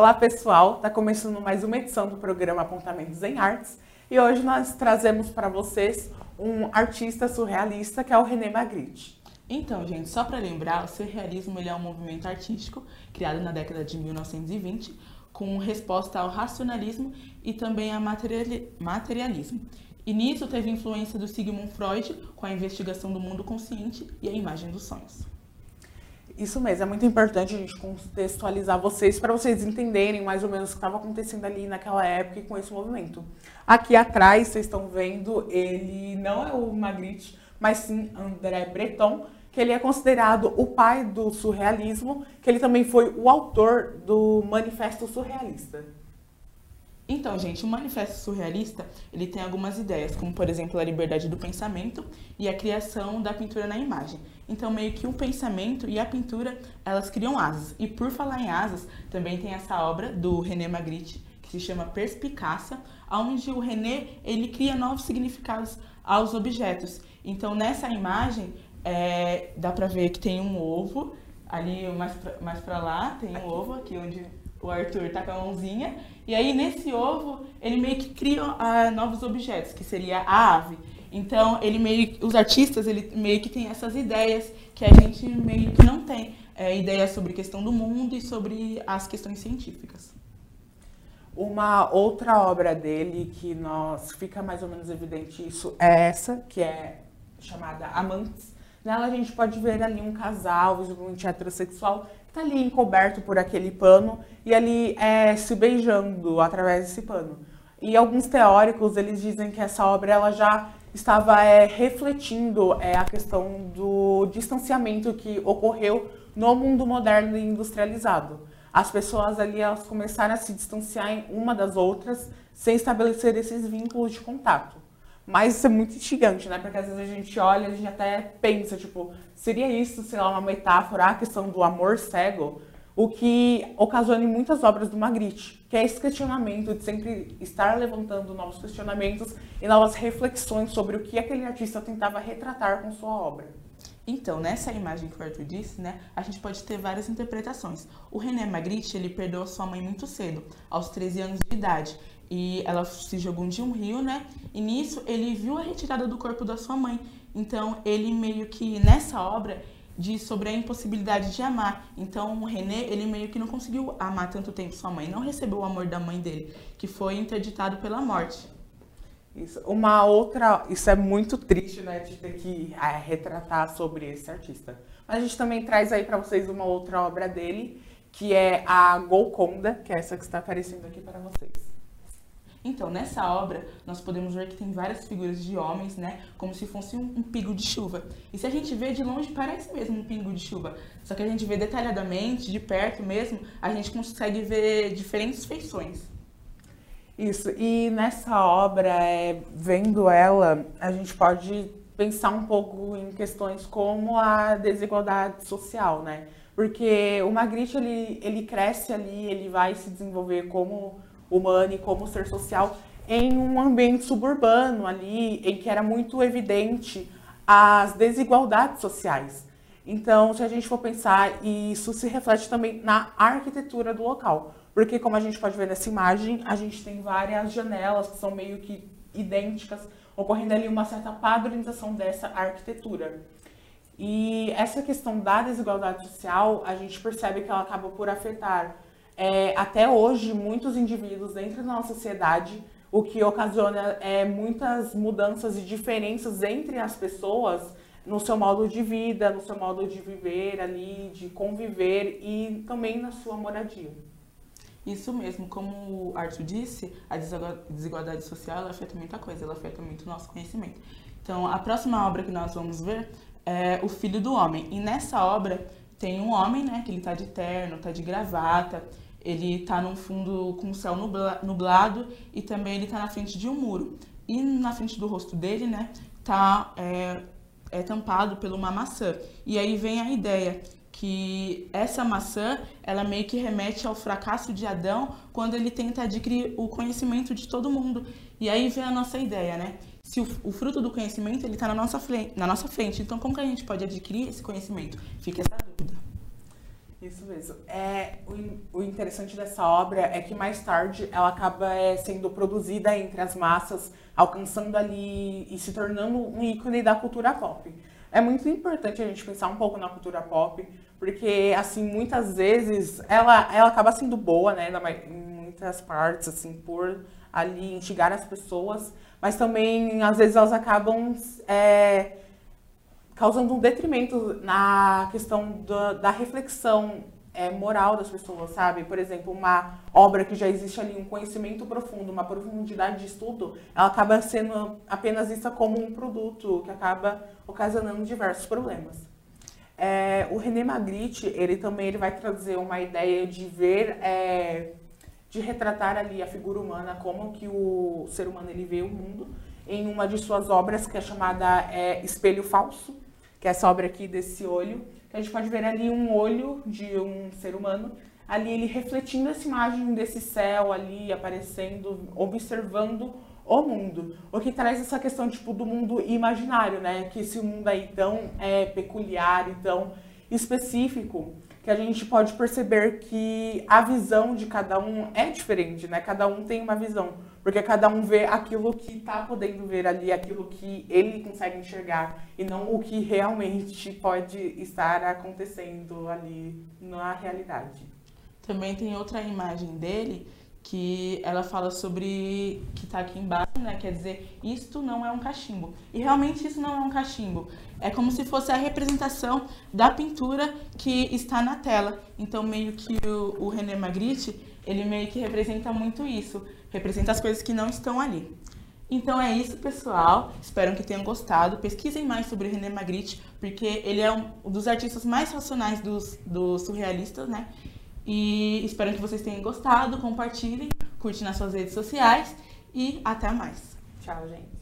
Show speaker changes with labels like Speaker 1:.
Speaker 1: Olá pessoal, está começando mais uma edição do programa Apontamentos em Artes e hoje nós trazemos para vocês um artista surrealista que é o René Magritte.
Speaker 2: Então, gente, só para lembrar, o surrealismo ele é um movimento artístico criado na década de 1920 com resposta ao racionalismo e também ao materialismo. E nisso teve influência do Sigmund Freud com a investigação do mundo consciente e a imagem dos sonhos.
Speaker 1: Isso mesmo, é muito importante a gente contextualizar vocês para vocês entenderem mais ou menos o que estava acontecendo ali naquela época e com esse movimento. Aqui atrás, vocês estão vendo, ele não é o Magritte, mas sim André Breton, que ele é considerado o pai do surrealismo, que ele também foi o autor do Manifesto Surrealista.
Speaker 2: Então, gente, o Manifesto Surrealista, ele tem algumas ideias, como, por exemplo, a liberdade do pensamento e a criação da pintura na imagem. Então, meio que o pensamento e a pintura, elas criam asas. E por falar em asas, também tem essa obra do René Magritte, que se chama Perspicácia, onde o René, ele cria novos significados aos objetos. Então, nessa imagem, dá pra ver que tem um ovo, ali mais pra lá tem um ovo, aqui onde o Arthur tá com a mãozinha, e aí nesse ovo ele meio que cria novos objetos, que seria a ave. Então os artistas ele meio que tem essas ideias que a gente meio que não tem, ideias sobre questão do mundo e sobre as questões científicas.
Speaker 1: Uma outra obra dele que fica mais ou menos evidente isso é essa, que é chamada Amantes. Nela a gente pode ver ali um casal, visivelmente heterossexual, que está ali encoberto por aquele pano e ali se beijando através desse pano. E alguns teóricos, eles dizem que essa obra ela já estava refletindo a questão do distanciamento que ocorreu no mundo moderno e industrializado. As pessoas ali elas começaram a se distanciar uma das outras sem estabelecer esses vínculos de contato. Mas isso é muito instigante, né? Porque às vezes a gente olha, a gente até pensa, tipo, seria isso, sei lá, uma metáfora, a questão do amor cego, o que ocasiona em muitas obras do Magritte, que é esse questionamento de sempre estar levantando novos questionamentos e novas reflexões sobre o que aquele artista tentava retratar com sua obra.
Speaker 2: Então, nessa imagem que o Arthur disse, né, a gente pode ter várias interpretações. O René Magritte, ele perdeu sua mãe muito cedo, aos 13 anos de idade. E ela se jogou de um rio, né? E nisso ele viu a retirada do corpo da sua mãe. Então ele meio que, nessa obra, diz sobre a impossibilidade de amar. Então o René, ele meio que não conseguiu amar tanto tempo sua mãe. Não recebeu o amor da mãe dele, que foi interditado pela morte.
Speaker 1: Isso é muito triste, né? De ter que retratar sobre esse artista. Mas a gente também traz aí para vocês uma outra obra dele, que é a Golconda, que é essa que está aparecendo aqui para vocês.
Speaker 2: Então, nessa obra, nós podemos ver que tem várias figuras de homens, né? Como se fosse um pingo de chuva. E se a gente vê de longe, parece mesmo um pingo de chuva. Só que a gente vê detalhadamente, de perto mesmo, a gente consegue ver diferentes feições.
Speaker 1: Isso, e nessa obra, vendo ela, a gente pode pensar um pouco em questões como a desigualdade social, né? Porque o Magritte, ele cresce ali, ele vai se desenvolver como humano e como ser social em um ambiente suburbano ali, em que era muito evidente as desigualdades sociais. Então, se a gente for pensar, isso se reflete também na arquitetura do local. Porque, como a gente pode ver nessa imagem, a gente tem várias janelas que são meio que idênticas, ocorrendo ali uma certa padronização dessa arquitetura. E essa questão da desigualdade social, a gente percebe que ela acaba por afetar até hoje muitos indivíduos dentro da nossa sociedade, o que ocasiona muitas mudanças e diferenças entre as pessoas no seu modo de vida, no seu modo de viver ali, de conviver e também na sua moradia.
Speaker 2: Isso mesmo, como o Arthur disse, a desigualdade social ela afeta muita coisa, ela afeta muito o nosso conhecimento. Então, a próxima obra que nós vamos ver é O Filho do Homem. E nessa obra tem um homem, né, que ele tá de terno, tá de gravata, ele tá num fundo com o céu nublado e também ele tá na frente de um muro. E na frente do rosto dele, né, tá tampado por uma maçã. E aí vem a ideia que essa maçã, ela meio que remete ao fracasso de Adão quando ele tenta adquirir o conhecimento de todo mundo. E aí vem a nossa ideia, né? Se o fruto do conhecimento, ele está na nossa frente. Então, como que a gente pode adquirir esse conhecimento? Fica essa dúvida.
Speaker 1: Isso mesmo. O interessante dessa obra é que mais tarde ela acaba sendo produzida entre as massas, alcançando ali e se tornando um ícone da cultura pop. É muito importante a gente pensar um pouco na cultura pop, porque, assim, muitas vezes ela acaba sendo boa, né, em muitas partes, assim, por ali instigar as pessoas, mas também, às vezes, elas acabam causando um detrimento na questão da reflexão moral das pessoas, sabe? Por exemplo, uma obra que já existe ali um conhecimento profundo, uma profundidade de estudo, ela acaba sendo apenas vista como um produto que acaba ocasionando diversos problemas. O René Magritte, ele vai trazer uma ideia de ver, de retratar ali a figura humana, como que o ser humano ele vê o mundo, em uma de suas obras que é chamada Espelho Falso, que é essa obra aqui desse olho, que a gente pode ver ali um olho de um ser humano, ali ele refletindo essa imagem desse céu ali, aparecendo, observando o mundo. O que traz essa questão tipo, do mundo imaginário, né? Que esse mundo aí tão peculiar e tão específico, que a gente pode perceber que a visão de cada um é diferente, né? Cada um tem uma visão, porque cada um vê aquilo que está podendo ver ali, aquilo que ele consegue enxergar, e não o que realmente pode estar acontecendo ali na realidade.
Speaker 2: Também tem outra imagem dele que ela fala sobre, que tá aqui embaixo, né? Quer dizer, isto não é um cachimbo. E realmente isso não é um cachimbo. É como se fosse a representação da pintura que está na tela. Então, meio que o René Magritte, ele meio que representa muito isso. Representa as coisas que não estão ali. Então é isso, pessoal. Espero que tenham gostado. Pesquisem mais sobre o René Magritte, porque ele é um dos artistas mais racionais dos surrealistas, né? E espero que vocês tenham gostado. Compartilhem, curtem nas suas redes sociais e até mais.
Speaker 1: Tchau, gente.